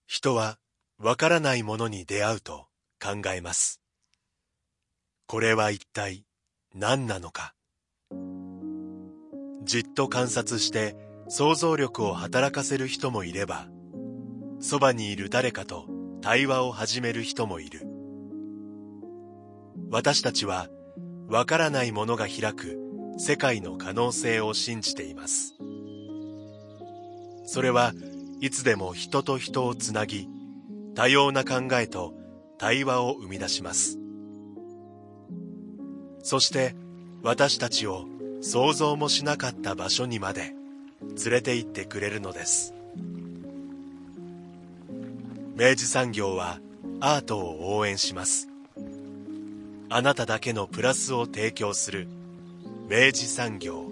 人はわからないものに出会うと考えます。これは一体何なのか。じっと観察して想像力を働かせる人もいれば、そばにいる誰かと対話を始める人もいる。私たちはわからないものが開く世界の可能性を信じています。それはいつでも人と人をつなぎ、多様な考えと対話を生み出します。そして私たちを想像もしなかった場所にまで連れて行ってくれるのです。明治産業はアートを応援します。あなただけのプラスを提供する明治産業。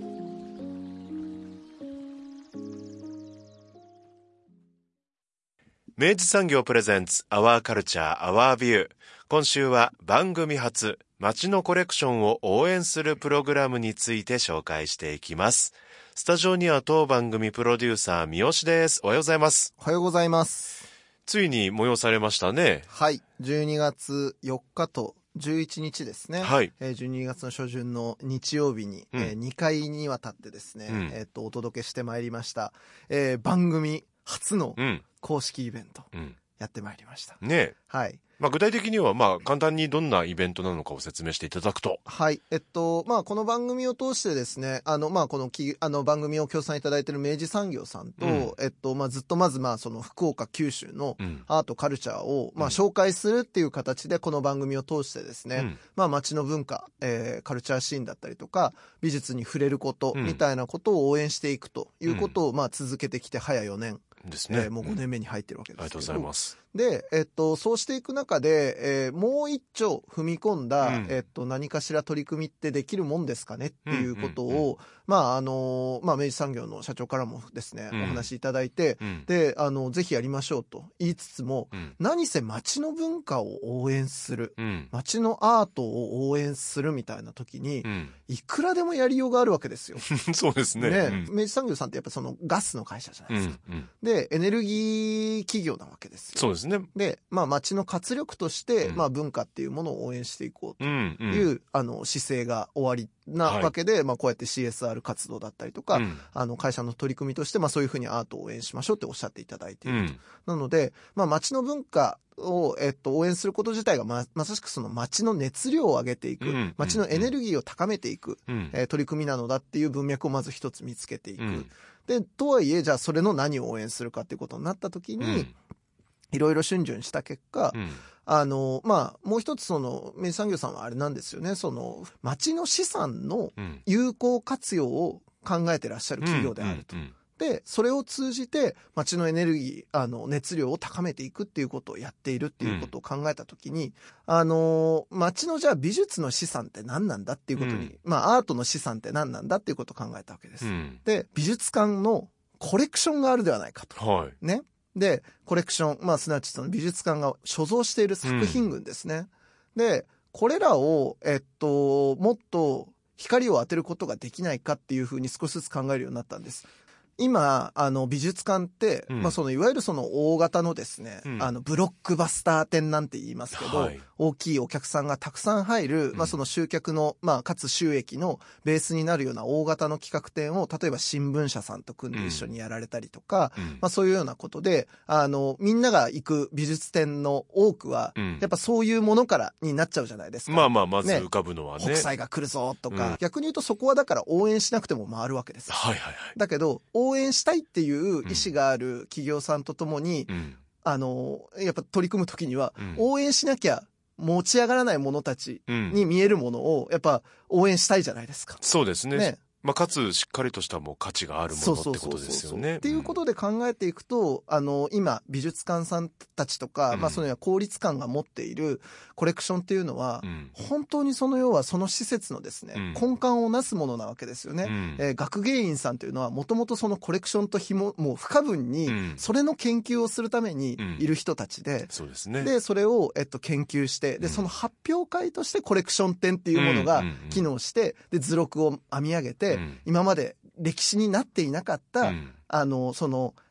明治産業プレゼンツアワーカルチャーアワービュー。今週は番組初街のコレクションを応援するプログラムについて紹介していきます。スタジオには当番組プロデューサー三好です。おはようございます。 おはようございます。 ついに催されましたね。 はい、12月4日と11日ですね。 はい。 12月の初旬の日曜日に、2回にわたってですね、お届けしてまいりました、番組初の公式イベント、やってまいりました。 ね。 はい。 具体的には簡単にどんなイベントなのかを説明していただくと。 はい。この番組を通してですね、この番組を協賛いただいている明治産業さんと、ずっとその福岡、九州のアート、カルチャーを、紹介するっていう形で、この番組を通してですね、街の文化、カルチャーシーンだったりとか、美術に触れることみたいなことを応援していくということを、続けてきて早4年。 ですね。 もう5年目に入ってるわけですけど。 ありがとうございます。 で、そうしていく中で、もう一丁踏み込んだ、何かしら取り組みってできるもんですかねっていうことを、明治産業の社長からもですね、お話しいただいて、で、ぜひやりましょうと言いつつも、何せ街の文化を応援する、街のアートを応援するみたいな時に、いくらでもやりようがあるわけですよ。 そうですね。 明治産業さんってやっぱそのガスの会社じゃないですか。で、エネルギー企業なわけですよ。 そうですね。 で、街の活力として、文化っていうものを応援していこうという、姿勢が終わりなわけで、こうやって CSR 活動だったりとか、会社の取り組みとして、そういうふうにアートを応援しましょうっておっしゃっていただいていると。なので、街の文化を、応援すること自体がまさしくその街の熱量を上げていく、街のエネルギーを高めていく、取り組みなのだっていう文脈をまず一つ見つけていく。で、とはいえ、じゃあそれの何を応援するかっていうことになった時に、いろいろ逡巡した結果、もう一つ明治産業さんはあれなんですよね、町の資産の有効活用を考えてらっしゃる企業であると。で、それを通じて町のエネルギー、熱量を高めていくっていうことをやっているっていうことを考えたときに、町のじゃあ美術の資産って何なんだっていうことに、アートの資産って何なんだっていうことを考えたわけです。で、美術館のコレクションがあるではないかと。ね。で、コレクション、すなわちその美術館が所蔵している作品群ですね。で、これらを、もっと光を当てることができないかっていうふうに少しずつ考えるようになったんです。今、美術館って、いわゆるその大型のですね、ブロックバスター展なんて言いますけど、大きいお客さんがたくさん入る、その集客の、かつ収益のベースになるような大型の企画展を、例えば新聞社さんと組んで一緒にやられたりとか、そういうようなことで、みんなが行く美術展の多くは、やっぱそういうものからになっちゃうじゃないですか。 まず浮かぶのはね。 北斎が来るぞとか、逆に言うとそこはだから応援しなくても回るわけです。だけど、応援したいっていう意思がある企業さんとともに、やっぱ取り組むときには、応援しなきゃ持ち上がらない者たちに見えるものを、やっぱ応援したいじゃないですか。 そうですね。かつしっかりとしたもう価値があるものってことですよね。 っていうことで考えていくと、今美術館さんたちとか、その公立館が持っているコレクションっていうのは、本当に要はその施設のですね、根幹をなすものなわけですよね。学芸員さんというのはもともとそのコレクションともう不可分に、それの研究をするためにいる人たちで、 そうですね。 で、それを、研究して、で、その発表会としてコレクション展っていうものが機能して、で、図録を編み上げて、今まで歴史になっていなかった、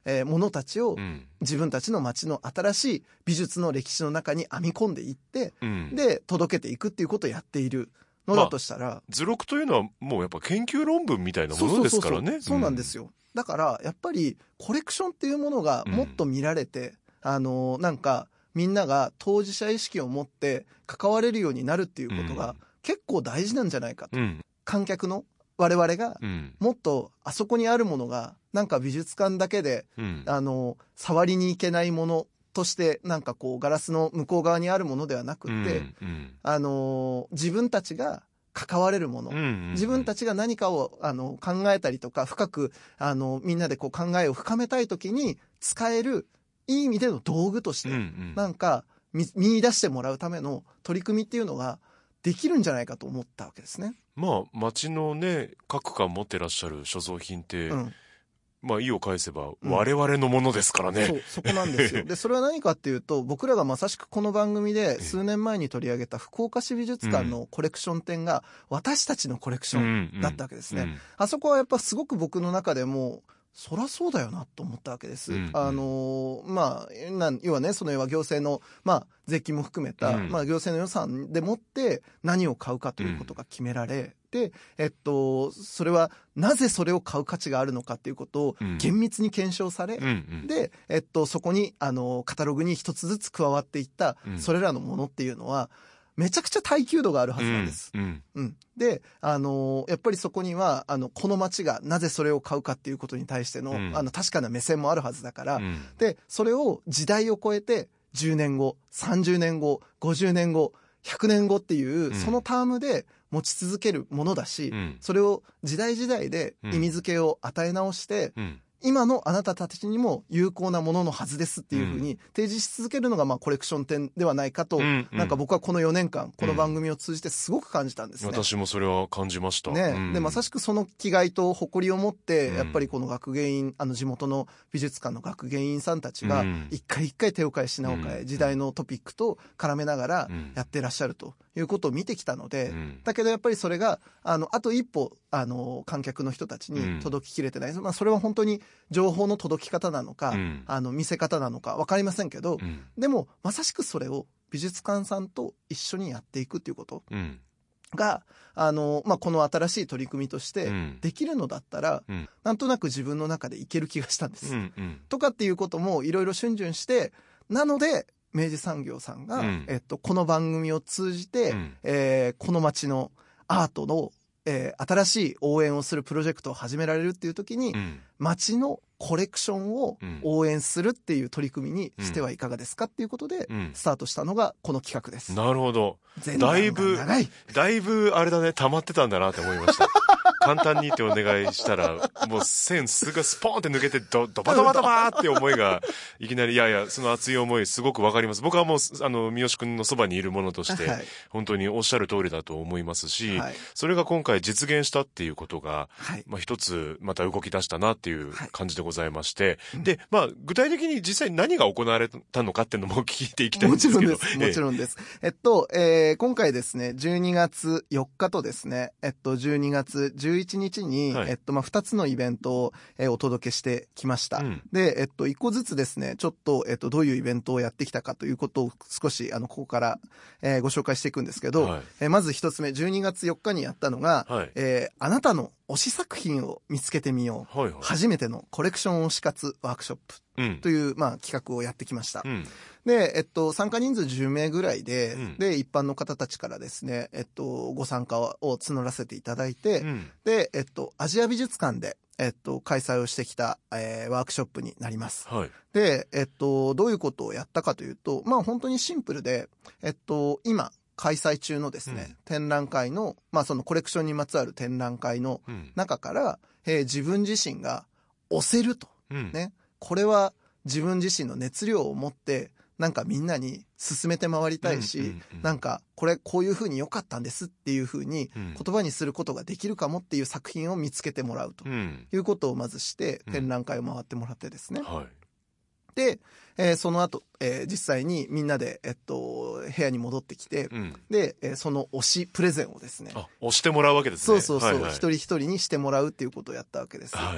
ものたちを自分たちの街の新しい美術の歴史の中に編み込んでいって、で届けていくっていうことをやっているのだとしたら、 図録というのはもうやっぱ研究論文みたいなものですからね。 そうなんですよ。だからやっぱりコレクションっていうものがもっと見られて、なんかみんなが当事者意識を持って関われるようになるっていうことが結構大事なんじゃないかと。観客の我々がもっとあそこにあるものがなんか美術館だけで、触りに行けないものとしてなんかこうガラスの向こう側にあるものではなくて、自分たちが関われるもの、自分たちが何かを考えたりとか深くみんなでこう考えを深めたい時に使えるいい意味での道具として、なんか見出してもらうための取り組みっていうのができるんじゃないかと思ったわけですね。 まあ町のね各館持ってらっしゃる所蔵品って、まあ意を返せば我々のものですからね。 そこなんですよ。でそれは何かっていうと、僕らがまさしくこの番組で数年前に取り上げた福岡市美術館のコレクション展が私たちのコレクションだったわけですね。あそこはやっぱすごく僕の中でもそりゃそうだよなと思ったわけです。まあ要はね、その要は行政の税金も含めた、行政の予算でもって何を買うかということが決められ、でそれはなぜそれを買う価値があるのかっていうことを厳密に検証され、でそこにカタログに一つずつ加わっていったそれらのものっていうのはめちゃくちゃ耐久度があるはずなんです。で、やっぱりそこにはこの街がなぜそれを買うかっていうことに対しての、確かな目線もあるはずだから、でそれを時代を超えて10年後30年後50年後100年後っていう、そのタームで持ち続けるものだし、それを時代時代で意味付けを与え直して、今のあなたたちにも有効なもののはずですっていうふうに提示し続けるのがコレクション展ではないかと、なんか僕はこの4年間この番組を通じてすごく感じたんですね。 私もそれは感じました。 でまさしくその気概と誇りを持って、やっぱりこの学芸員地元の美術館の学芸員さんたちが一回一回手を変え品を変え、時代のトピックと絡めながらやってらっしゃるということを見てきたので、だけどやっぱりそれがあと一歩観客の人たちに届ききれてない、それは本当に情報の届き方なのか、見せ方なのか分かりませんけど、でもまさしくそれを美術館さんと一緒にやっていくっていうこと、がこの新しい取り組みとしてできるのだったら、なんとなく自分の中でいける気がしたんです、とかっていうこともいろいろ逡巡して、なので明治産業さんが、この番組を通じて、この街のアートの、新しい応援をするプロジェクトを始められるっていう時に、街のコレクションを応援するっていう取り組みにしてはいかがですかっていうことでスタートしたのがこの企画です。 なるほど。だいぶあれだね、溜まってたんだなって思いました。簡単にってお願いしたら、もう線すぐスポーンって抜けてドバドバドバーって思いがいきなり、いやその熱い思いすごくわかります。僕はもう三好くんのそばにいるものとして、本当におっしゃる通りだと思いますし、それが今回実現したっていうことが、一つまた動き出したなっていう感じでございまして、で具体的に実際何が行われたのかっていうのも聞いていきたいんですけど。 もちろんです。今回ですね、12月4日とですね、12月11日に、2つのイベントを、お届けしてきました。で、1個ずつですね、ちょっと、どういうイベントをやってきたかということを少し、ここから、ご紹介していくんですけど、まず一つ目、12月4日にやったのが、あなたの推し作品を見つけてみよう。初めてのコレクション推し活ワークショップという、企画をやってきました。で、参加人数10名ぐらいで、で、一般の方たちからですね、ご参加を募らせていただいて、で、アジア美術館で、開催をしてきた、ワークショップになります。で、どういうことをやったかというと、本当にシンプルで、今、開催中のですね、展覧会の、そのコレクションにまつわる展覧会の中から、自分自身が推せると、ね、これは自分自身の熱量を持ってなんかみんなに勧めて回りたいし、なんかこういう風に良かったんですっていう風に言葉にすることができるかもっていう作品を見つけてもらうということをまずして展覧会を回ってもらってですね、で、その後、実際にみんなで、部屋に戻ってきて、で、その推しプレゼンをですね、 推してもらうわけですね。 そう、一人一人にしてもらうっていうことをやったわけです。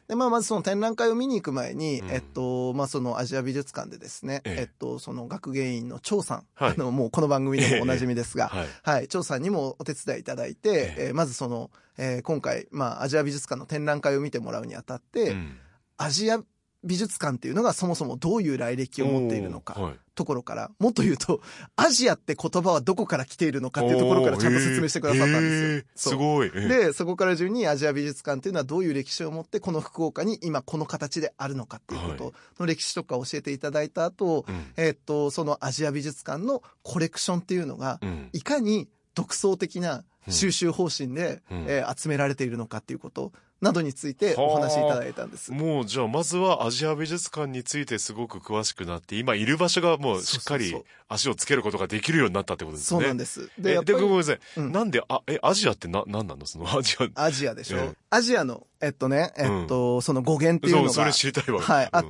で、まずその展覧会を見に行く前に、そのアジア美術館でですね、その学芸員の張さん、はい、もうこの番組でもおなじみですが、はい、張さんにもお手伝いいただいて、まずその、今回、アジア美術館の展覧会を見てもらうにあたって、アジア美術館っていうのがそもそもどういう来歴を持っているのか、ところから、もっと言うと、アジアって言葉はどこから来ているのかっていうところからちゃんと説明してくださったんですよ。 すごい。 で、そこから順にアジア美術館っていうのはどういう歴史を持ってこの福岡に今この形であるのかっていうことの歴史とか教えていただいた後、そのアジア美術館のコレクションっていうのが、いかに独創的な収集方針で、集められているのかっていうことなどについてお話しいただいたんです。 もうじゃあまずはアジア美術館についてすごく詳しくなって、今いる場所がもうしっかり足をつけることができるようになったってことですね。 そうなんです。 で、ごめんなさい。なんで、アジアってなんなのそのアジア。 アジアでしょ、アジアの、その語源っていうのが、 それ知りたいわ。 はい、あって、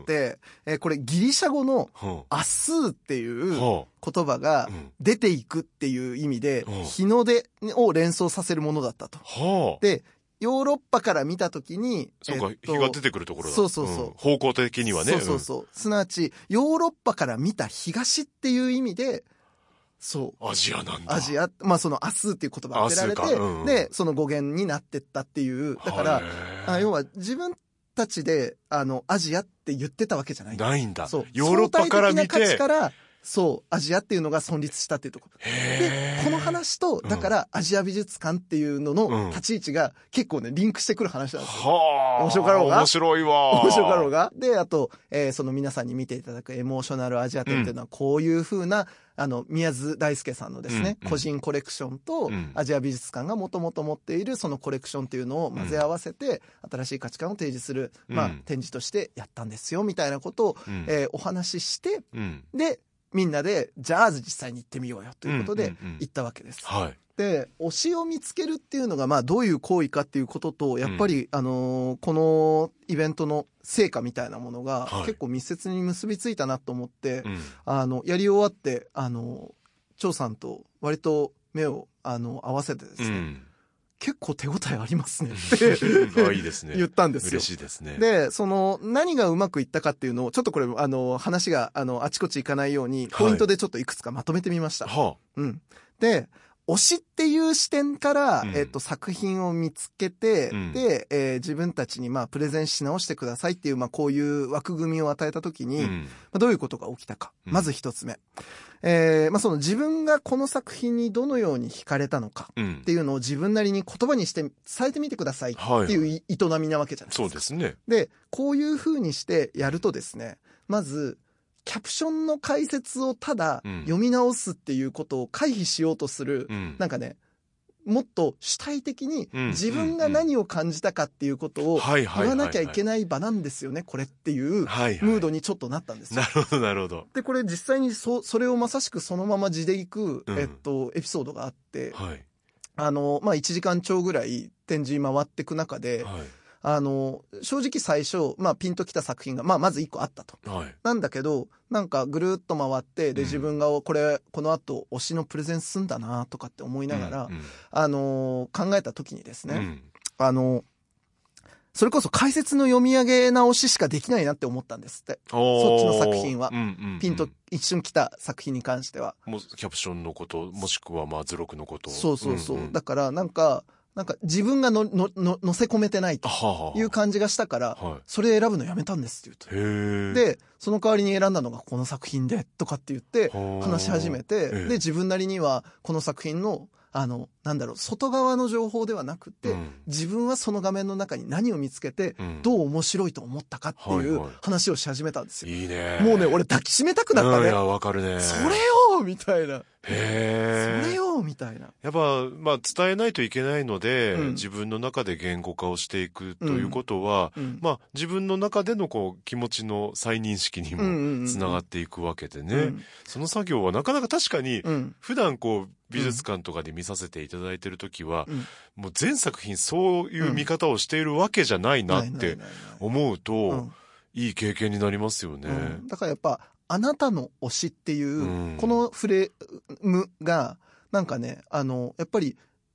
これギリシャ語のアスーっていう言葉が出ていくっていう意味で、日の出を連想させるものだったと。で、ヨーロッパから見たときに、 そうか、日が出てくるところだ。 そう。 方向的にはね。 そう。すなわち、ヨーロッパから見た東っていう意味で、そう。 アジアなんだ。 アジア、そのアスーっていう言葉が当てられて、で、その語源になってったっていう。だから、要は自分たちで、アジアって言ってたわけじゃない。 ないんだ。 そう。 ヨーロッパから見て。 相対的な価値から、そう、アジアっていうのが存立したっていうところ。で、この話と、だからアジア美術館っていうのの立ち位置が結構ね、リンクしてくる話なんですよ。面白かろうが。 面白いわ。 面白かろうが。で、あと、その皆さんに見ていただくエモーショナルアジア展っていうのは、こういう風な、宮津大輔さんのですね、個人コレクションと、アジア美術館がもともと持っているそのコレクションっていうのを混ぜ合わせて、新しい価値観を提示する、展示としてやったんですよ、みたいなことを、お話しして、で、みんなで、じゃあ実際に行ってみようよということで行ったわけです。で、推しを見つけるっていうのが、どういう行為かっていうことと、やっぱり、このイベントの成果みたいなものが、結構密接に結びついたなと思って、やり終わって、張さんと割と目を合わせてですね、結構手応えありますねっていいですね。 言ったんですよ。 嬉しいですね。 で、何がうまくいったかっていうのを、ちょっとこれ、話が、あちこち行かないように、ポイントでちょっといくつかまとめてみました。で、推しっていう視点から、作品を見つけて、で、自分たちにプレゼンし直してくださいっていう、こういう枠組みを与えたときに、どういうことが起きたか。まず一つ目。その自分がこの作品にどのように惹かれたのかっていうのを自分なりに言葉にして伝えてみてくださいっていう営みなわけじゃないですか。 そうですね。 で、こういう風にしてやるとですね、まず、キャプションの解説をただ読み直すっていうことを回避しようとする、なんかね、もっと主体的に自分が何を感じたかっていうことを言わなきゃいけない場なんですよね、これっていうムードにちょっとなったんですよ。 なるほど、なるほど。 で、これ実際にそれをまさしくそのまま地でいく、エピソードがあって、1時間超ぐらい展示回っていく中で、正直最初、ピンときた作品が、まず1個あったと。なんだけど、なんかぐるっと回って、で、自分がこの後推しのプレゼンすんだなとかって思いながら、考えた時にですね、それこそ解説の読み上げ直ししかできないなって思ったんですって。そっちの作品は。ピンと一瞬来た作品に関しては。 もうキャプションのこと、もしくは図録のこと。 そう。だからなんか自分が乗せ込めてないという感じがしたから、それ選ぶのやめたんですって言うと。で、その代わりに選んだのがこの作品で、とかって言って話し始めて、で、自分なりにはこの作品の、外側の情報ではなくて、自分はその画面の中に何を見つけて、どう面白いと思ったかっていう話をし始めたんですよ。 いいね。 もうね、俺抱きしめたくなったね。 いや、わかるね。 それよみたいな。それよみたいな。 やっぱ、伝えないといけないので、自分の中で言語化をしていくということは、自分の中での気持ちの再認識にもつながっていくわけでね。その作業はなかなか確かに、普段美術館とかで見させていただいてるときは、もう全作品そういう見方をしているわけじゃないなって思うと、いい経験になりますよね。 だからやっぱ、あなたの推しっていう、このフレームが、なんかね、やっぱり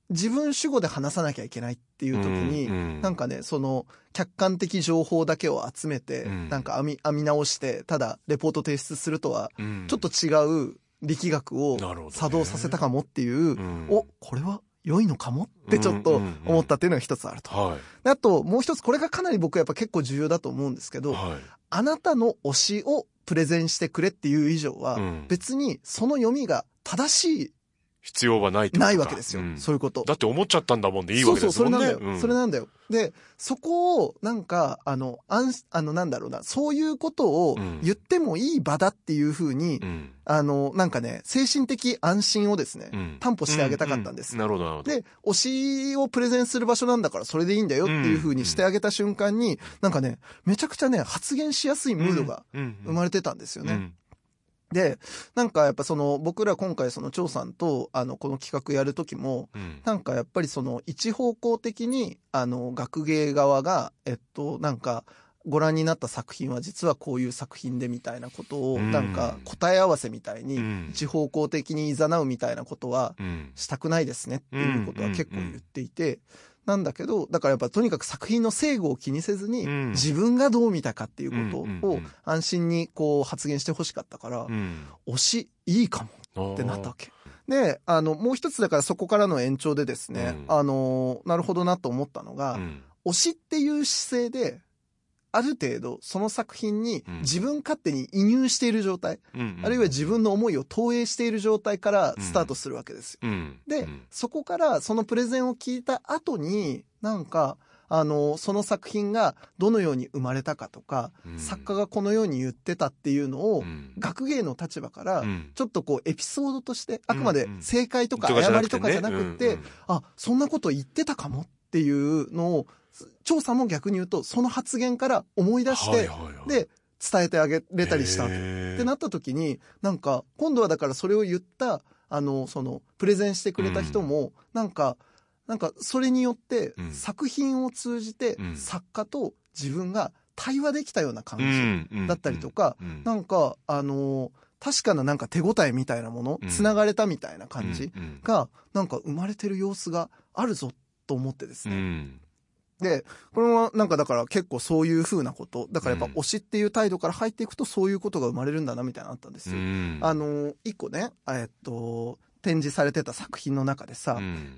自分主語で話さなきゃいけないっていう時に、なんかね、その客観的情報だけを集めて、なんか編み直して、ただレポート提出するとは、ちょっと違う力学を作動させたかもっていう、これは良いのかもってちょっと思ったっていうのが一つあると。あと、もう一つ、これがかなり僕はやっぱ結構重要だと思うんですけど、あなたの推しをプレゼンしてくれっていう以上は、別にその読みが正しい必要はないってことか。ないわけですよ。そういうこと。 だって思っちゃったんだもんでいいわけですもんね。 そう、それなんだよ。それなんだよ。で、そこを、なんか、なんだろうな、そういうことを言ってもいい場だっていうふうに、なんかね、精神的安心をですね、担保してあげたかったんです。 なるほど、なるほど。 で、推しをプレゼンする場所なんだからそれでいいんだよっていうふうにしてあげた瞬間に、なんかね、めちゃくちゃね、発言しやすいムードが生まれてたんですよね。で、なんかやっぱ僕ら今回張さんと、この企画やるときも、なんかやっぱり一方向的に、学芸側が、なんか、ご覧になった作品は実はこういう作品でみたいなことを、なんか答え合わせみたいに、一方向的に誘うみたいなことは、したくないですねっていうことは結構言っていて、なんだけど、だからやっぱとにかく作品の正誤を気にせずに、自分がどう見たかっていうことを安心にこう発言してほしかったから、推しいいかもってなったわけ。で、もう一つだからそこからの延長でですね、なるほどなと思ったのが、推しっていう姿勢で、ある程度その作品に自分勝手に移入している状態、あるいは自分の思いを投影している状態からスタートするわけですよ。で、そこからそのプレゼンを聞いた後に、なんか、その作品がどのように生まれたかとか、作家がこのように言ってたっていうのを、学芸の立場から、ちょっとこうエピソードとして、あくまで正解とか誤りとかじゃなくて、そんなこと言ってたかもっていうのを、張さんも逆に言うと、その発言から思い出して、で、伝えてあげれたりしたわけ。ってなった時に、なんか、今度はだからそれを言った、プレゼンしてくれた人も、なんか、それによって、作品を通じて、作家と自分が対話できたような感じだったりとか、なんか、確かななんか手応えみたいなもの、繋がれたみたいな感じが、なんか生まれてる様子があるぞと思ってですね。で、これはなんかだから結構そういう風なこと、だからやっぱ推しっていう態度から入っていくとそういうことが生まれるんだなみたいなのあったんですよ。一個ね、展示されてた作品の中でさ、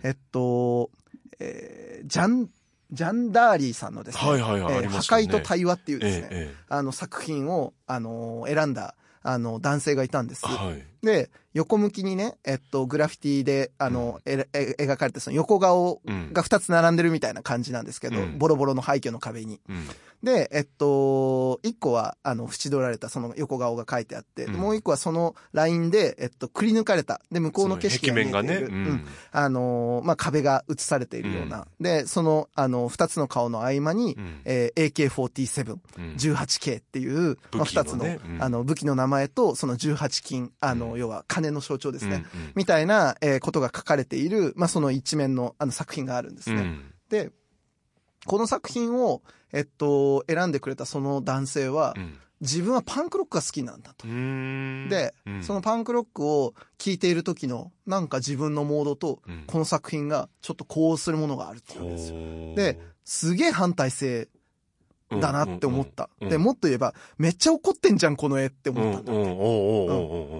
ジャンダーリーさんのですね、破壊と対話っていうですね、作品を、選んだ、男性がいたんです。で、横向きにね、グラフィティで、描かれてその横顔が2つ並んでるみたいな感じなんですけど、ボロボロの廃墟の壁に。で、1個は、縁取られたその横顔が書いてあって、もう1個はそのラインで、くり抜かれた。で、向こうの景色が見えている。壁が映されているような。で、その、2つの顔の合間に、AK47、18K っていう、2つの、武器の名前と、その18金、要は金の象徴ですね。みたいな、ことが書かれている、その一面の、作品があるんですね。で、この作品を、選んでくれたその男性は、自分はパンクロックが好きなんだと。で、そのパンクロックを聴いている時の、なんか自分のモードと、この作品がちょっと呼応するものがあるっていうんですよ。で、すげえ反対性だなって思った。で、もっと言えば、めっちゃ怒ってんじゃん、この絵って思ったんだって。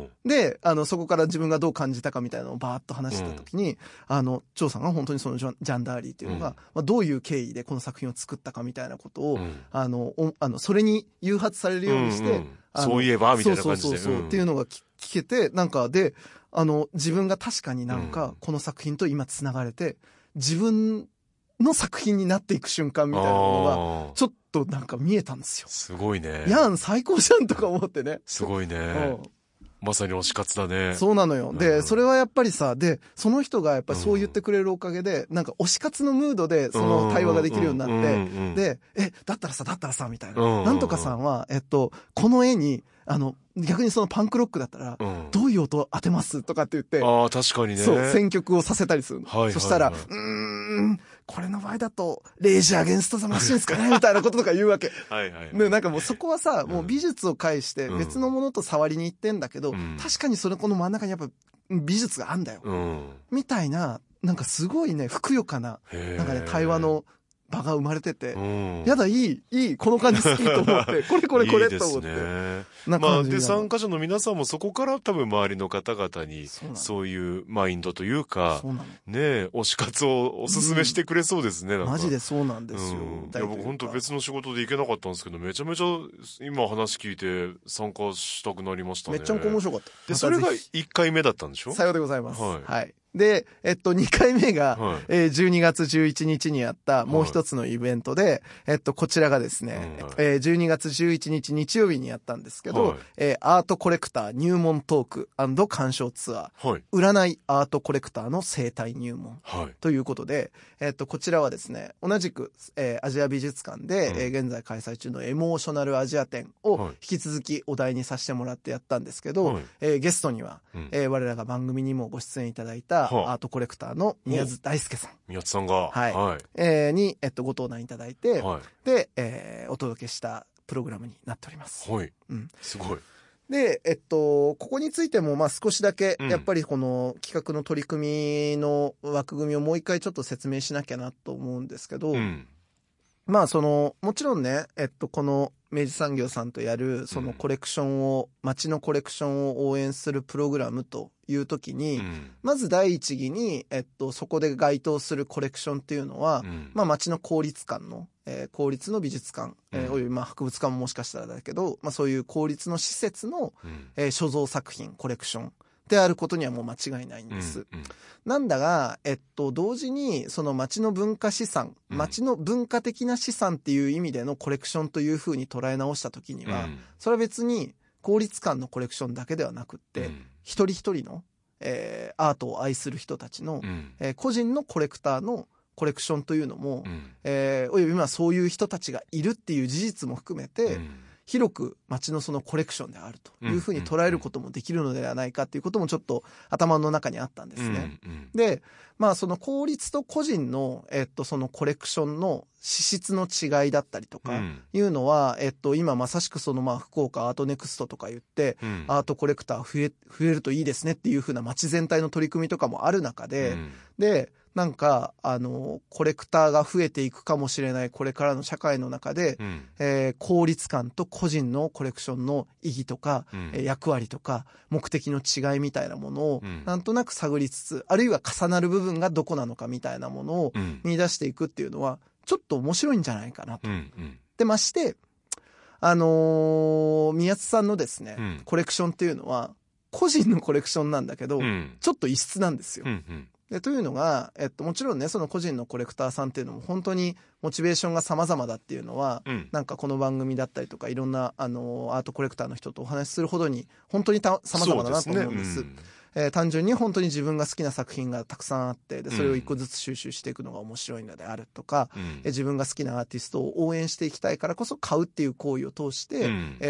で、そこから自分がどう感じたかみたいなのをバーッと話したときに、張さんが本当にそのジャンダーリーっていうのが、どういう経緯でこの作品を作ったかみたいなことを、それに誘発されるようにして、 そういえば、みたいな感じで。 そうっていうのが聞けて、なんかで、自分が確かになんか、この作品と今繋がれて、自分の作品になっていく瞬間みたいなものが、ちょっとなんか見えたんですよ。 すごいね。 やん、最高じゃんとか思ってね。 すごいね。まさに推し活だね。 そうなのよ。で、それはやっぱりさ、で、その人がやっぱりそう言ってくれるおかげで、なんか推し活のムードでその対話ができるようになって、で、だったらさ、みたいな。なんとかさんは、この絵に、逆にそのパンクロックだったら、どういう音当てますとかって言って、 確かにね。 そう、選曲をさせたりするの。そしたら、これの場合だと、レイジ・アゲンスト・ザ・マシンですかねみたいなこととか言うわけ。で、なんかもうそこはさ、もう美術を介して別のものと触りに行ってんだけど、確かにそれこの真ん中にやっぱ美術があんだよ。みたいななんかすごいね、ふくよかな、なんかね、対話の場が生まれてて、やだ、いい、この感じ好きと思って、これと思って。いいですね。 まあ、で、参加者の皆さんもそこから多分周りの方々に、そういうマインドというか、ね、推し活をおすすめしてくれそうですね、 マジでそうなんですよ。 いや、僕本当別の仕事で行けなかったんですけど、めちゃめちゃ今話聞いて参加したくなりましたね。 めっちゃ面白かった。 で、それが1回目だったんでしょ？ さようでございます。はい。で、2回目が、12月11日にやったもう一つのイベントで、こちらがですね、12月11日日曜日にやったんですけど、アートコレクター入門トーク&鑑賞ツアー、占いアートコレクターの生態入門、ということで、こちらはですね、同じく、アジア美術館で、現在開催中のエモーショナルアジア展を引き続きお題にさせてもらってやったんですけど、ゲストには、我らが番組にもご出演いただいた、アートコレクターの宮津大輔さん。 宮津さんが。 はい。に、ご登壇いただいて、で、お届けしたプログラムになっております。 はい。すごい。 で、ここについても、まあ少しだけ、やっぱりこの企画の取り組みの枠組みをもう一回ちょっと説明しなきゃなと思うんですけど、まあもちろんね、この明治産業さんとやる、そのコレクションを、街のコレクションを応援するプログラムというときに、まず第一義に、そこで該当するコレクションっていうのは、まあ街の公立館の、公立の美術館、およびまあ博物館ももしかしたらだけど、まあそういう公立の施設の、所蔵作品、コレクションであることにはもう間違いないんです。なんだが、同時に、その町の文化資産、町の文化的な資産っていう意味でのコレクションというふうに捉え直したときには、それは別に公立館のコレクションだけではなくって、一人一人の、アートを愛する人たちの、個人のコレクターのコレクションというのも、およびまあそういう人たちがいるっていう事実も含めて、広く街のそのコレクションであるというふうに捉えることもできるのではないかっていうこともちょっと頭の中にあったんですね。で、まあその公立と個人の、そのコレクションの資質の違いだったりとかいうのは、今まさしくそのまあ福岡アートネクストとか言って、アートコレクター増えるといいですねっていうふうな街全体の取り組みとかもある中で、で、なんか、コレクターが増えていくかもしれないこれからの社会の中で、公立感と個人のコレクションの意義とか、役割とか、目的の違いみたいなものを、なんとなく探りつつ、あるいは重なる部分がどこなのかみたいなものを見出していくっていうのは、ちょっと面白いんじゃないかなと。で、まして、宮津さんのですね、コレクションっていうのは、個人のコレクションなんだけど、ちょっと異質なんですよ。で、というのが、もちろんね、その個人のコレクターさんっていうのも本当にモチベーションが様々だっていうのは、なんかこの番組だったりとかいろんな、アートコレクターの人とお話しするほどに、本当に様々だなと思うんです。単純に本当に自分が好きな作品がたくさんあって、で、それを一個ずつ収集していくのが面白いのであるとか、自分が好きなアーティストを応援していきたいからこそ買うっていう行為を通して、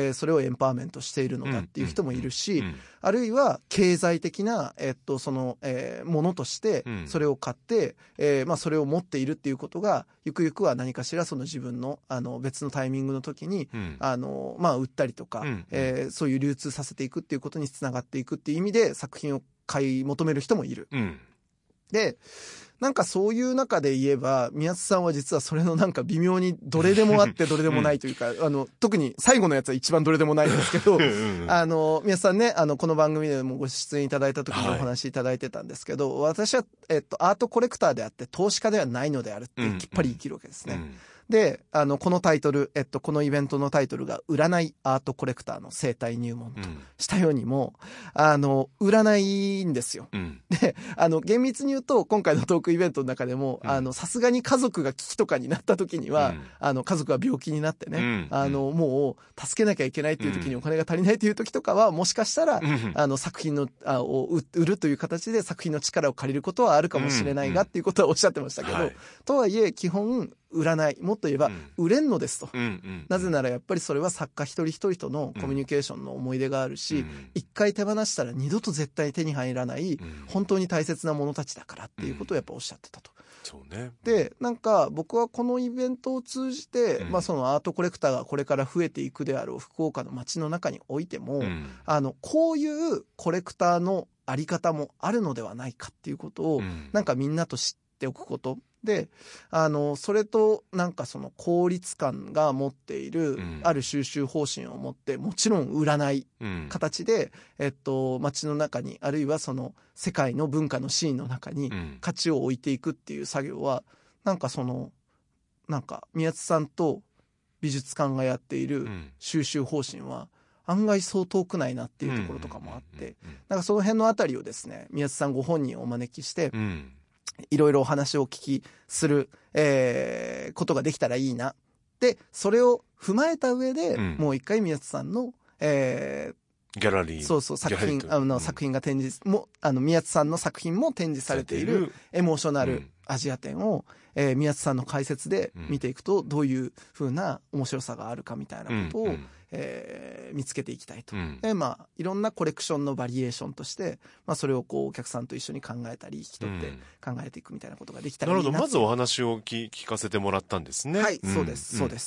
それをエンパワーメントしているのだっていう人もいるし、あるいは経済的な、その、ものとして、それを買って、まあそれを持っているっていうことが、ゆくゆくは何かしらその自分の、別のタイミングの時に、まあ売ったりとか、そういう流通させていくっていうことにつながっていくっていう意味で作品を買い求める人もいる。で、なんかそういう中で言えば、宮津さんは実はそれのなんか微妙にどれでもあってどれでもないというか、特に最後のやつは一番どれでもないんですけど、宮津さんね、この番組でもご出演いただいた時にお話しいただいてたんですけど、私は、アートコレクターであって投資家ではないのであるってきっぱり生きるわけですね。で、このタイトル、このイベントのタイトルが、占いアートコレクターの生態入門としたようにも、占いんですよ。で、厳密に言うと、今回のトークイベントの中でも、さすがに家族が危機とかになった時には、家族が病気になってね、もう、助けなきゃいけないっていう時にお金が足りないっていう時とかは、もしかしたら、作品の、を売るという形で作品の力を借りることはあるかもしれないがっていうことはおっしゃってましたけど、とはいえ、基本、占い、もっと言えば売れんのですと、なぜならやっぱりそれは作家一人一人とのコミュニケーションの思い出があるし、一回手放したら二度と絶対手に入らない本当に大切なものたちだからっていうことをやっぱおっしゃってたと。 そうね。 で、なんか僕はこのイベントを通じて、まあそのアートコレクターがこれから増えていくであろう福岡の街の中においても、こういうコレクターのあり方もあるのではないかっていうことを、なんかみんなと知っておくことで、それとなんかその公立館が持っているある収集方針を持って、もちろん売らない形で、街の中に、あるいはその世界の文化のシーンの中に価値を置いていくっていう作業は、なんか宮津さんと美術館がやっている収集方針は案外そう遠くないなっていうところとかもあって、なんかその辺のあたりをですね、宮津さんご本人をお招きして、いろいろお話をお聞きする、ことができたらいいな。で、それを踏まえた上で、もう一回宮津さんの、 ギャラリー。 そうそう、作品が展示も、宮津さんの作品も展示されているエモーショナルアジア展を、宮津さんの解説で見ていくと、どういう風な面白さがあるかみたいなことを、見つけていきたいと。で、いろんなコレクションのバリエーションとして、それをこうお客さんと一緒に考えたり、引き取って考えていくみたいなことができたらいいな。 なるほど。まずお話を聞かせてもらったんですね。 はい、そうです、そうです。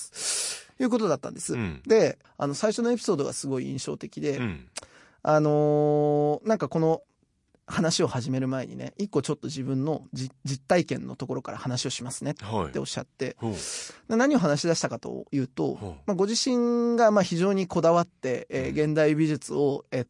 いうことだったんです。で、最初のエピソードがすごい印象的で、なんかこの話を始める前にね、一個ちょっと自分の実体験のところから話をしますねっておっしゃって、何を話し出したかというと、ご自身が非常にこだわって、現代美術を、施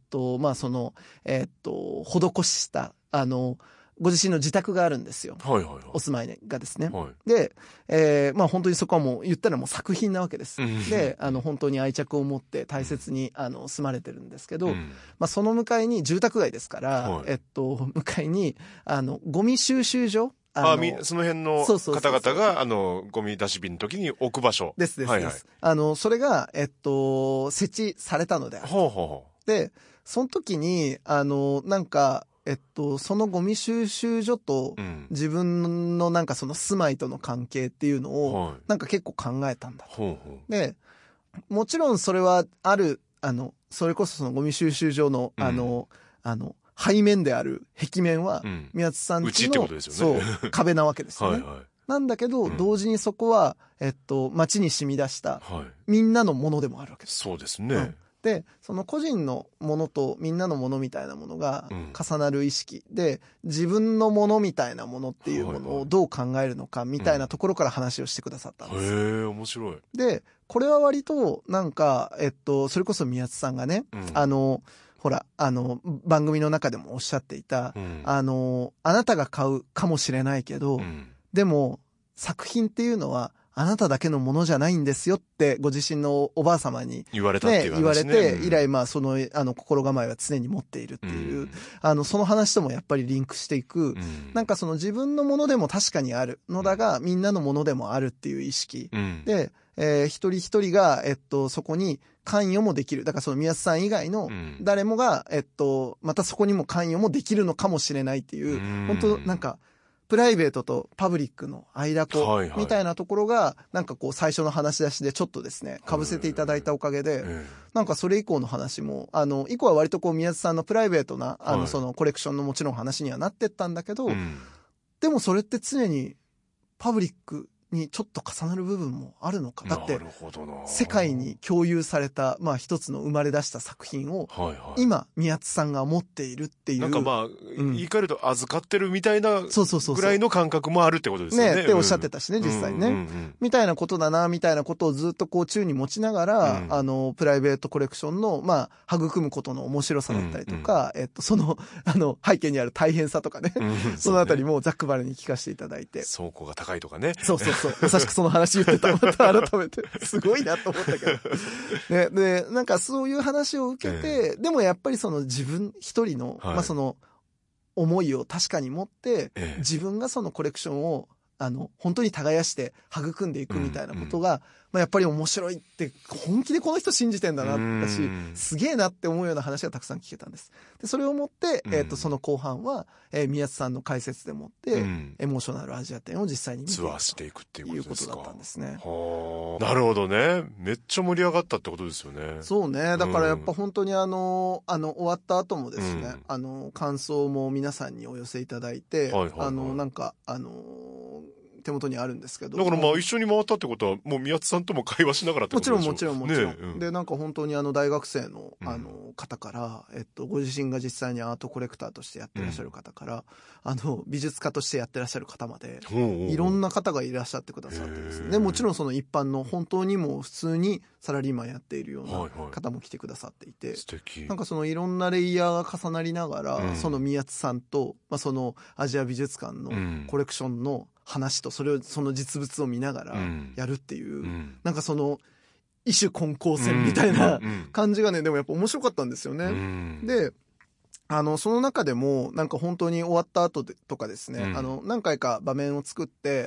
した、ご自身の自宅があるんですよ。お住まいがですね。で、本当にそこはもう言ったらもう作品なわけです。で、本当に愛着を持って大切に、住まれてるんですけど、その向かいに住宅街ですから、向かいに、ゴミ収集所その辺の方々が、ゴミ出し日の時に置く場所。 です。それが、設置されたのである。で、その時に、なんか、そのゴミ収集所と自分のなんかその住まいとの関係っていうのをなんか結構考えたんだと。で、もちろんそれはある、それこそそのゴミ収集所の背面である壁面は宮津さんちのそう壁なわけですよね。なんだけど、同時にそこは、街に染み出したみんなのものでもあるわけです。 そうですね。 で、その個人のものとみんなのものみたいなものが重なる意識で、自分のものみたいなものっていうものをどう考えるのかみたいなところから話をしてくださったんです。 へえ、面白い。 で、これは割となんか、それこそ宮津さんがね、ほら、番組の中でもおっしゃっていた、あなたが買うかもしれないけど、でも作品っていうのはあなただけのものじゃないんですよってご自身のおばあ様に、 言われたっていう話ね。 言われて、以来その心構えは常に持っているっていう、その話ともやっぱりリンクしていく、なんかその自分のものでも確かにあるのだが、みんなのものでもあるっていう意識、で、一人一人が、そこに関与もできる。だからその宮津さん以外の誰もが、またそこにも関与もできるのかもしれないっていう、本当なんか、プライベートとパブリックの間みたいなところが、なんかこう最初の話し出しでちょっとですね、被せていただいたおかげで、なんかそれ以降の話も、以降は割とこう宮津さんのプライベートな、そのコレクションのもちろん話にはなってったんだけど、でもそれって常にパブリックにちょっと重なる部分もあるのか。だって世界に共有された一つの生まれ出した作品を今宮津さんが持っているっていう、 なんか言い換えると預かってるみたいなぐらいの感覚もあるってことですよね。 ねっておっしゃってたしね、実際ね、みたいなことだなみたいなことをずっとこう宙に持ちながら、プライベートコレクションの育むことの面白さだったりとか、その背景にある大変さとかね、そのあたりもざっくばらに聞かせていただいて、 倉庫が高いとかね。 そうまさしくその話言ってた。また改めて。すごいなと思ったけど。ね、で、なんかそういう話を受けて、でもやっぱりその自分一人の、その思いを確かに持って、自分がそのコレクションを本当に耕して育んでいくみたいなことが、やっぱり面白いって本気でこの人信じてんだなだし、すげえなって思うような話がたくさん聞けたんです。でそれをもって、その後半は、宮津さんの解説でもって、エモーショナルアジア展を実際に見てツアーしていくっていうことですか。 いうことだったんですね。 なるほどね。めっちゃ盛り上がったってことですよね。 そうね。だからやっぱ本当に終わった後もですね、感想も皆さんにお寄せいただいて、なんか、 手元にあるんですけど。 だからまあ一緒に回ったってことは、もう宮津さんとも会話しながらってことでしょ。 もちろん。ね、で、なんか本当に大学生の、方から、ご自身が実際にアートコレクターとしてやってらっしゃる方から、美術家としてやってらっしゃる方まで、いろんな方がいらっしゃってくださってですね。で、もちろんその一般の本当にもう普通にサラリーマンやっているような方も来てくださっていて、 素敵。 なんかそのいろんなレイヤーが重なりながら、その宮津さんと、そのアジア美術館のコレクションの話とその実物を見ながらやるっていう、なんかその異種混交戦みたいな感じがね、でもやっぱ面白かったんですよね。で、その中でも、なんか本当に終わった後とかですね、何回か場面を作って、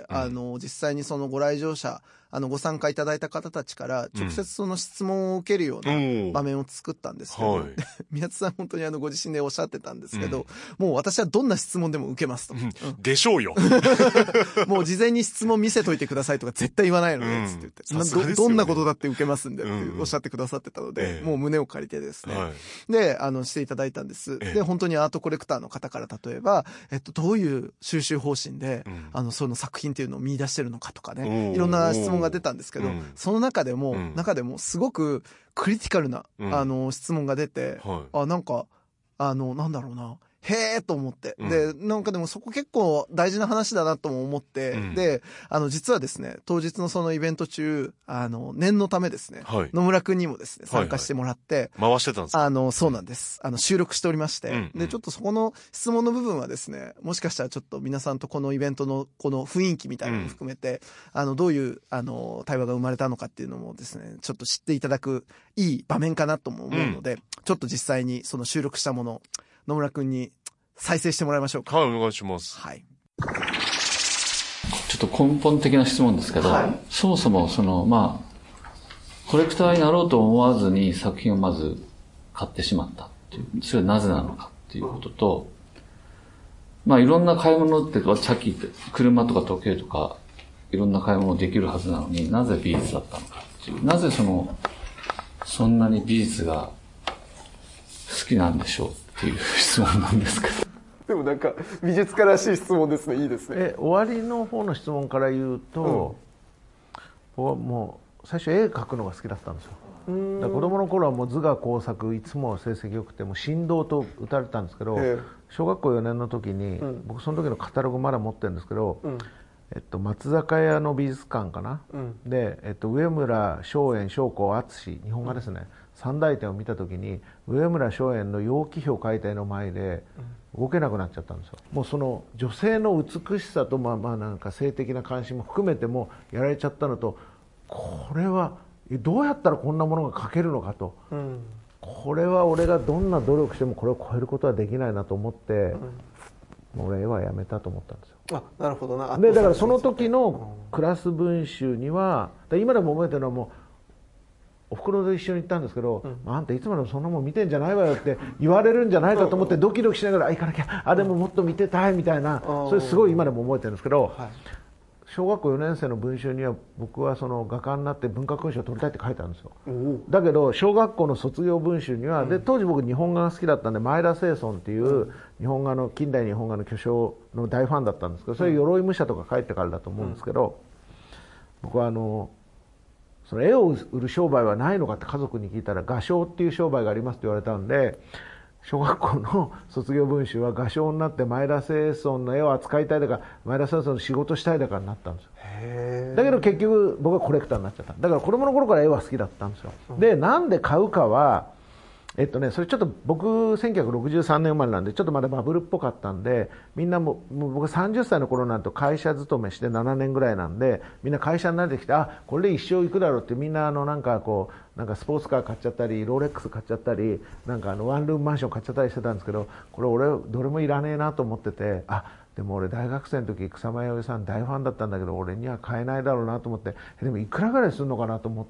実際にそのご来場者、ご参加いただいた方たちから直接その質問を受けるような場面を作ったんですけど、宮津さん本当にご自身でおっしゃってたんですけど、もう私はどんな質問でも受けますと。 でしょうよ。 もう事前に質問見せといてくださいとか絶対言わないので、つって言って、どんなことだって受けますんでっておっしゃってくださってたので、もう胸を借りてですね、で、していただいたんです。で、本当にアートコレクターの方から例えば、どういう収集方針で、その作品っていうのを見出してるのかとかね、いろんな質問が出たんですけど、その中でもすごくクリティカルな、質問が出て、なんか、なんだろうな、へーと思って。で、なんかでもそこ結構大事な話だなとも思って、で、実はですね、当日のそのイベント中、念のためですね、野村くんにもですね、参加してもらって、 回してたんですか？ そうなんです。収録しておりまして、で、ちょっとそこの質問の部分はですね、もしかしたらちょっと皆さんとこのイベントのこの雰囲気みたいなのも含めて、どういう、対話が生まれたのかっていうのもですね、ちょっと知っていただくいい場面かなとも思うので、ちょっと実際にその収録したもの、野村くんに再生してもらいましょうか。 はい、お願いします。 はい。 ちょっと根本的な質問ですけど、そもそもコレクターになろうと思わずに作品をまず買ってしまったっていう、それはなぜなのかっていうことと、いろんな買い物ってさっき言って車とか時計とかいろんな買い物できるはずなのになぜ美術だったのかっていう、なぜそんなに美術が好きなんでしょうっていう質問なんですけど。 でもなんか美術家らしい質問ですね。いいですね。 終わりの方の質問から言うと、もう最初絵描くのが好きだったんですよ。だから子供の頃はもう図画工作いつも成績良くても神童と打たれたんですけど、小学校4年の時に、僕その時のカタログまだ持ってるんですけど、松坂屋の美術館かな、で、上村松園松光敦日本画ですね、三大展を見た時に上村松園の楊貴妃を描いた絵の前で動けなくなっちゃったんですよ。もうその女性の美しさとなんか性的な関心も含めてもやられちゃったのと、これはどうやったらこんなものが描けるのかと、これは俺がどんな努力してもこれを超えることはできないなと思って、もう俺絵はやめたと思ったんですよ。 なるほどな。 でだからその時のクラス文集には、今でも覚えてるのはもうおふくろと一緒に行ったんですけど、あんたいつまでもそんなもん見てんじゃないわよって言われるんじゃないかと思ってドキドキしながら行かなきゃ、でももっと見てたいみたいな、それすごい今でも覚えてるんですけど、小学校4年生の文集には僕はその画家になって文化勲章を取りたいって書いてあるんですよ。だけど小学校の卒業文集には、で当時僕日本画が好きだったんで前田青村っていう日本画の近代日本画の巨匠の大ファンだったんですけど、それ鎧武者とか書いてからだと思うんですけど、僕はその絵を売る商売はないのかって家族に聞いたら、画商っていう商売がありますって言われたんで、小学校の卒業文集は画商になって前田青村の絵を扱いたいだから前田青村の仕事したいだからになったんですよ。だけど結局僕はコレクターになっちゃった。だから子供の頃から絵は好きだったんですよ。でなんで買うかはそれちょっと僕1963年生まれなんでちょっとまだバブルっぽかったんで、みんなもう僕30歳の頃なんと会社勤めして7年ぐらいなんで、みんな会社に慣れてきて、これで一生行くだろうって、みんななんかスポーツカー買っちゃったりロレックス買っちゃったりなんかワンルームマンション買っちゃったりしてたんですけど、これ俺どれもいらねえなと思ってて、でも俺大学生の時草間彌生さん大ファンだったんだけど俺には買えないだろうなと思って、でもいくらぐらいするのかなと思って、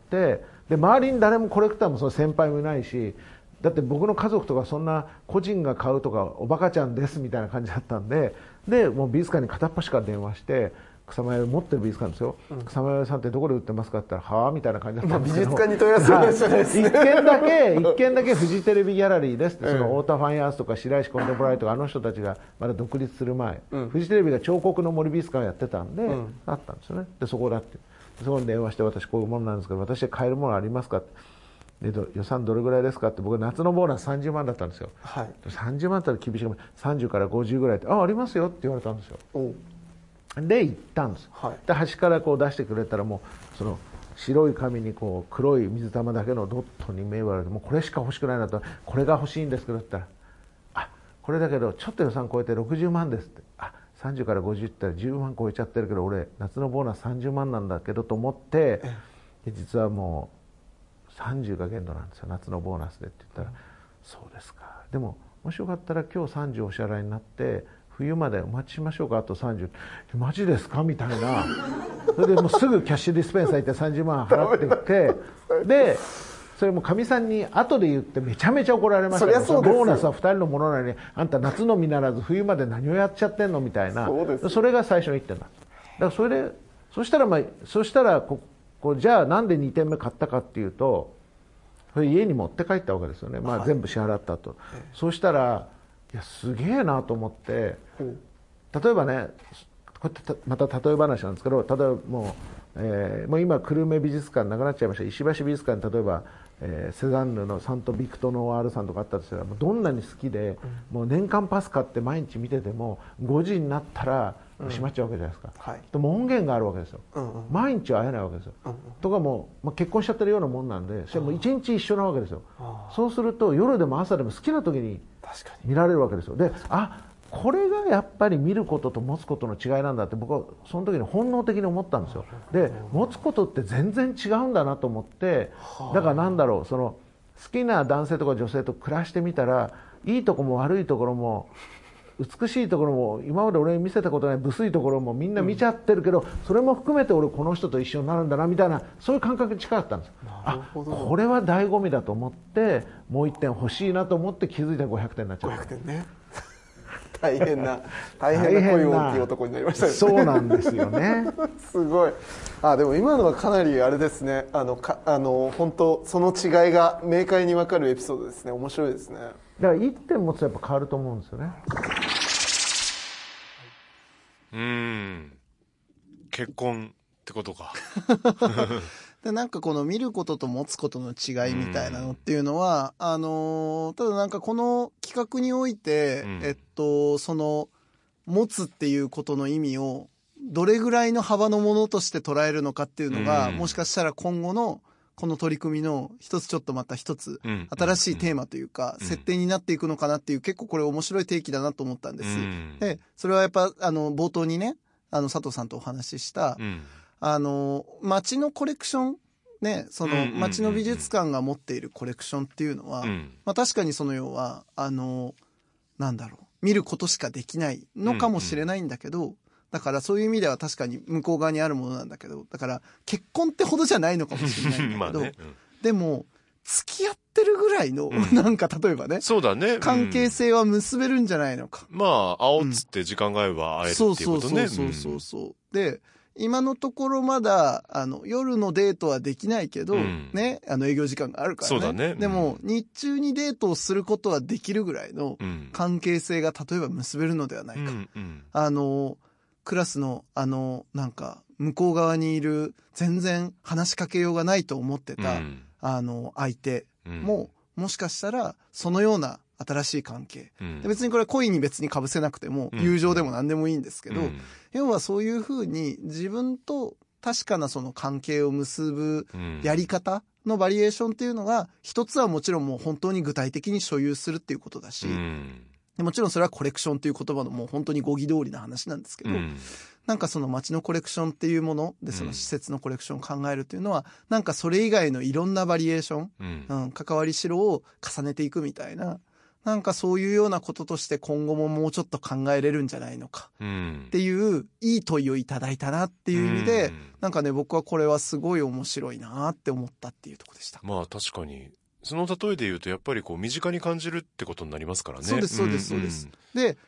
で周りに誰もコレクターもその先輩もいないし、だって僕の家族とかそんな個人が買うとかおバカちゃんですみたいな感じだったんで、もう美術館に片っ端から電話して、 草間彌生持ってる美術館ですよ、草間彌生さんってどこで売ってますかって言ったらはあみたいな感じだったんですけど、 美術館に問い合わせるじゃないですね。 一軒だけフジテレビギャラリーですって、その太田ファインアースとか白石コンテンポラリーとかあの人たちがまだ独立する前、フジテレビが彫刻の森美術館をやってたんで、あったんですよね。でそこだってそこに電話して、私こういうものなんですけど私で買えるものありますかって、で予算どれぐらいですかって、僕夏のボーナス30万だったんですよ、はい、30万だったら厳しいかも、30から50ぐらいって、ありますよって言われたんですよ。で行ったんです、はい、で端からこう出してくれたら、もうその白い紙にこう黒い水玉だけのドットに目を言われて、もうこれしか欲しくないなと、これが欲しいんですけどって言ったら、これだけどちょっと予算超えて60万ですって、30から50って言ったら10万超えちゃってるけど、俺夏のボーナス30万なんだけどと思って、で実はもう30が限度なんですよ、夏のボーナスでって言ったら、そうですか、でももしよかったら今日30お支払いになって冬までお待ちしましょうか、あと30、マジですかみたいな、それでもうすぐキャッシュディスペンサー行って30万払っていってでそれもかみさんに後で言ってめちゃめちゃ怒られましたけど、ボーナスは2人のものなのにあんた夏のみならず冬まで何をやっちゃってんのみたいな、それが最初の1点だ。だからそしたらじゃあなんで2点目買ったかっていうと、それ家に持って帰ったわけですよね、全部支払ったと、そうしたらいやすげえなと思って、例えばね、こうやってまた例え話なんですけど、例えばもう今久留米美術館なくなっちゃいました、石橋美術館に例えば、セザンヌのサント・ビクト・ノワールさんとかあったとしたら、もうどんなに好きで、もう年間パス買って毎日見てても5時になったら閉まっちゃうわけじゃないですか、でも音源があるわけですよ、毎日会えないわけですよ、とかもう、結婚しちゃってるようなもんなんで、それもう一日一緒なわけですよ、そうすると夜でも朝でも好きな時に見られるわけですよ。でこれがやっぱり見ることと持つことの違いなんだって僕はその時に本能的に思ったんですよ。で持つことって全然違うんだなと思って、だからなんだろう、その好きな男性とか女性と暮らしてみたら、いいとこも悪いところも美しいところも今まで俺に見せたことない無粋いところもみんな見ちゃってるけど、それも含めて俺この人と一緒になるんだなみたいな、そういう感覚に近かったんです。これは醍醐味だと思って、もう1点欲しいなと思って気づいたら500点になっちゃった。 500点ね大変な声大きい男になりましたね。 そうなんですよねすごい。でも今のはかなりあれですね、本当その違いが明快に分かるエピソードですね。面白いですね。 だから1点持つとやっぱ変わると思うんですよね。 結婚ってことかでなんかこの見ることと持つことの違いみたいなのっていうのは、ただなんかこの企画において、その持つっていうことの意味をどれぐらいの幅のものとして捉えるのかっていうのが、もしかしたら今後のこの取り組みの一つ新しいテーマというか、設定になっていくのかなっていう、結構これ面白い提起だなと思ったんです。でそれはやっぱ冒頭にね佐藤さんとお話しした、街のコレクションね、その街の美術館が持っているコレクションっていうのは、確かにその要はなんだろう、見ることしかできないのかもしれないんだけど、だからそういう意味では確かに向こう側にあるものなんだけど、だから結婚ってほどじゃないのかもしれないんだけど、でも付き合ってるぐらいの、なんか例えばね、 そうだね、 関係性は結べるんじゃないのか。 会おうっつって時間が合えば会えるっていうことね。 そうで今のところまだ夜のデートはできないけど、ね、営業時間があるからね。 そうだね。 でも日中にデートをすることはできるぐらいの関係性が例えば結べるのではないか。クラスのなんか向こう側にいる全然話しかけようがないと思ってた、相手も、もしかしたらそのような新しい関係、で別にこれは恋に別に被せなくても、友情でも何でもいいんですけど、要はそういうふうに自分と確かなその関係を結ぶやり方のバリエーションっていうのが、一つはもちろんもう本当に具体的に所有するっていうことだし、もちろんそれはコレクションという言葉のもう本当に語義通りな話なんですけど、なんかその街のコレクションっていうもので、その施設のコレクションを考えるというのは、なんかそれ以外のいろんなバリエーション、関わりしろを重ねていくみたいな、なんかそういうようなこととして今後ももうちょっと考えれるんじゃないのかっていういい問いをいただいたなっていう意味で、なんかね、僕はこれはすごい面白いなって思ったっていうところでした。 まあ確かにその例えで言うとやっぱりこう身近に感じるってことになりますからね。 そうです。で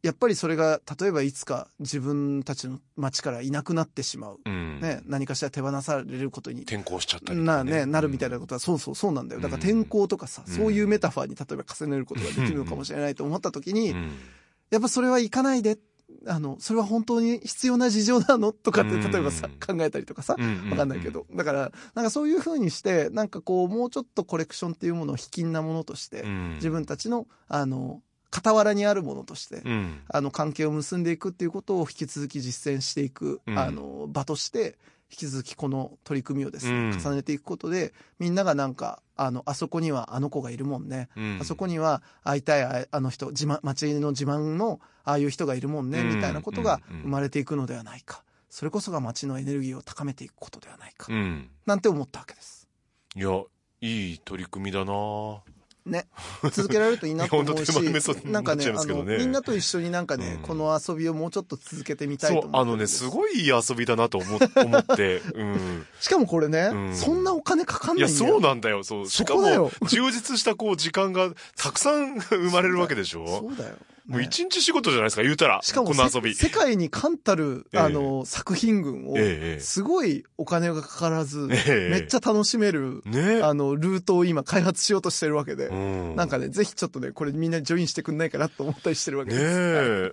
やっぱりそれが例えばいつか自分たちの町からいなくなってしまう、ね、何かしら手放されることに転校しちゃったりとかなるみたいなことは、そうなんだよ。だから転校とかさ、そういうメタファーに例えば重ねることができるのかもしれないと思った時に、やっぱそれはいかないで、それは本当に必要な事情なのとかって例えばさ、考えたりとかさ、わかんないけど、だからなんかそういう風にしてなんかこうもうちょっとコレクションっていうものを卑近なものとして、自分たちの傍らにあるものとして、関係を結んでいくっていうことを引き続き実践していく、場として引き続きこの取り組みをですね、重ねていくことで、みんながなんかあそこにはあの子がいるもんね、あそこには会いたいあの人、町の自慢のああいう人がいるもんね、みたいなことが生まれていくのではないか、それこそが町のエネルギーを高めていくことではないか、なんて思ったわけです。 いや、いい取り組みだなね、続けられるといいなと思うしなんかね、みんなと一緒になんかね、この遊びをもうちょっと続けてみたいと思って。 すごいいい遊びだなと思ってしかもこれね、そんなお金かかんないんだよ。 いや、そうなんだよ。そう。しかも充実したこう時間がたくさん生まれるわけでしょ。 そうだよ。 もう一日仕事じゃないですか、言うたら。 しかもこの遊び。 世界に冠たる、作品群を、すごいお金がかからず、めっちゃ楽しめる、ルートを今開発しようとしてるわけで、なんかね、ぜひちょっとね、これみんなジョインしてくんないかなと思ったりしてるわけです。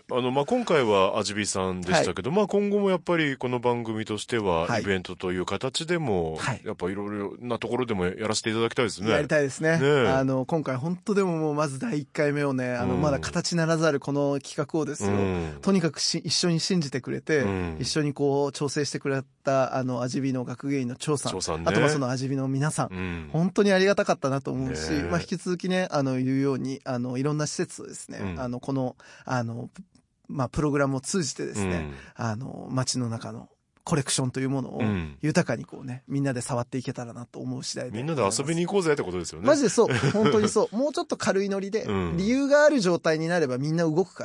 今回はあじびさんでしたけど、今後もやっぱりこの番組としては、イベントという形でも、やっぱいろいろなところでもやらせていただきたいですね。 やりたいですね。今回本当でももうまず第1回目をね、まだ形ならざるこの企画をですよ、とにかく一緒に信じてくれて、一緒にこう調整してくれたあじびの学芸員の張さん、あとはそのあじびの皆さん、本当にありがたかったなと思うし、引き続きね、言うようにいろんな施設をですね、このプログラムを通じてですね、街の中のコレクションというものを豊かにこうね、みんなで触っていけたらなと思う次第で。 みんなで遊びに行こうぜってことですよね。 マジでそう。本当にそう。もうちょっと軽いノリで、理由がある状態になればみんな動くから、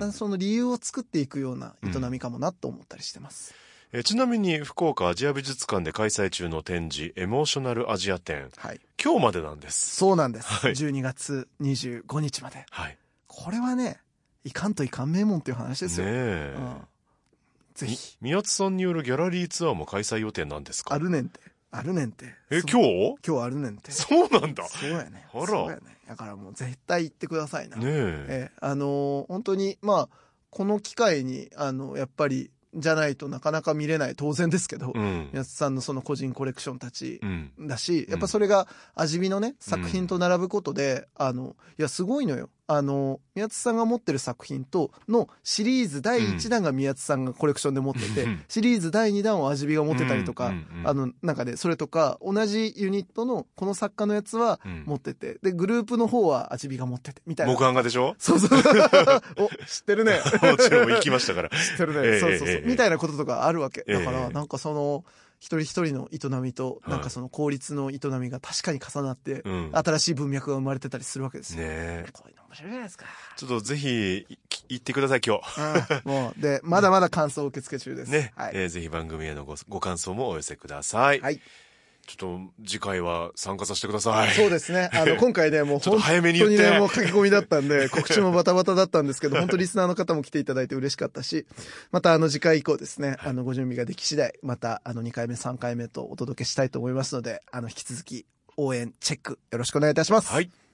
その理由を作っていくような営みかもなと思ったりしてます。 ちなみに福岡アジア美術館で開催中の展示、エモーショナルアジア展。今日までなんです。 そうなんです。12月25日まで。これはね、いかんといかん名門っていう話ですよ。ぜひ。 宮津さんによるギャラリーツアーも開催予定なんですか？ あるねんて。 今日あるねんて。 そうなんだ。 そうやね。 そうやね。 だからもう絶対行ってくださいな。本当に、この機会に、やっぱり、じゃないとなかなか見れない、当然ですけど、宮津さんのその個人コレクションたちだし、やっぱそれが味見のね、作品と並ぶことで、いや、すごいのよ。宮津さんが持ってる作品のシリーズ第1弾が宮津さんがコレクションで持ってて、シリーズ第2弾を味見が持ってたりとか、なんかね、それとか、同じユニットのこの作家のやつは持ってて、で、グループの方は味見が持ってて、みたいな。 木版画でしょ？ そうそう。お、知ってるね。 もちろん行きましたから。 知ってるね。そうそうそう。みたいなこととかあるわけ。だから、なんかその、一人一人の営みと、なんかその効率の営みが確かに重なって、新しい文脈が生まれてたりするわけですよ。こういうの面白いじゃないですか。 ちょっとぜひ、行ってください、今日。 もう、で、まだまだ感想受付中です。 ね。ぜひ番組へのご感想もお寄せください。ちょっと次回は参加させてください。 そうですね。今回ね、もう本当にね、もう書き込みだったんで、告知もバタバタだったんですけど、本当リスナーの方も来ていただいて嬉しかったし、また次回以降ですね、ご準備ができ次第、また2回目、3回目とお届けしたいと思いますので、引き続き応援、チェックよろしくお願いいたします。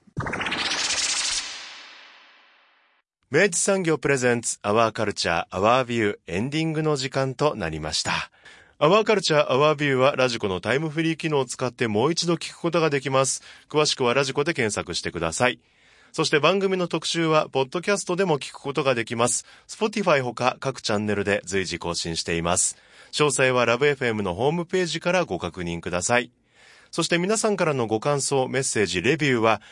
明治産業プレゼンツアワーカルチャーアワービューエンディングの時間となりました。アワーカルチャーアワービューはラジコのタイムフリー機能を使ってもう一度聞くことができます。詳しくはラジコで検索してください。そして番組の特集はポッドキャストでも聞くことができます。Spotify ほか各チャンネルで随時更新しています。詳細はラブ FM のホームページからご確認ください。そして皆さんからのご感想、メッセージ、レビューは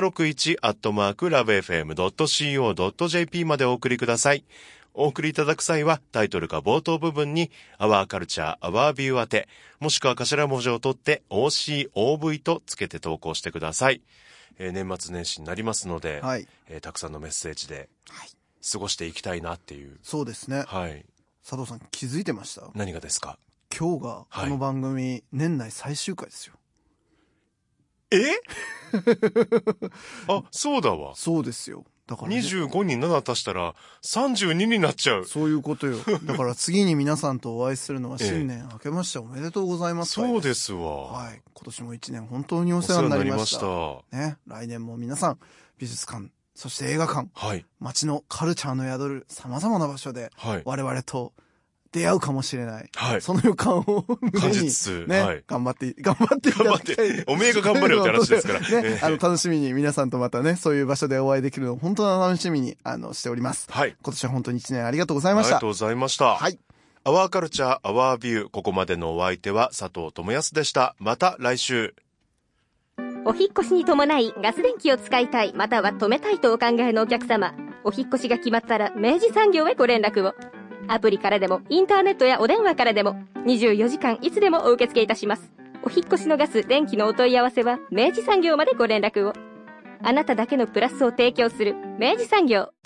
761@lovefm.co.jp までお送りください。お送りいただく際はタイトルか冒頭部分に Our Culture, Our View 宛て、もしくは頭文字を取って OCOV とつけて投稿してください。年末年始になりますので、たくさんのメッセージで過ごしていきたいなっていう。 そうですね。佐藤さん気づいてました？ 何がですか？ 今日がこの番組、年内最終回ですよ。 あ、そうだわ。 そうですよ。 だから、 25に7足したら32になっちゃう。 そういうことよ。だから次に皆さんとお会いするのは新年明けましておめでとうございます。 そうですわ。 はい。今年も1年本当にお世話になりました。ね。来年も皆さん、美術館、そして映画館、はい、街のカルチャーの宿る様々な場所で、はい、我々と出会うかもしれない。はい、その予感を胸に、ね、はい、頑張っていただきたい。 おめえが頑張れよって話ですから。 ね、楽しみに皆さんとまたね、そういう場所でお会いできるのを本当に楽しみに、しております。はい。今年は本当に1年ありがとうございました。 ありがとうございました。はい。アワーカルチャー、アワービュー。ここまでのお相手は佐藤智康でした。また来週。 お引越しに伴いガス電気を使いたい、または止めたいとお考えのお客様、お引越しが決まったら明治産業へご連絡を。アプリからでもインターネットやお電話からでも24時間いつでもお受け付けいたします。お引越しのガス電気のお問い合わせは明治産業までご連絡を。あなただけのプラスを提供する明治産業。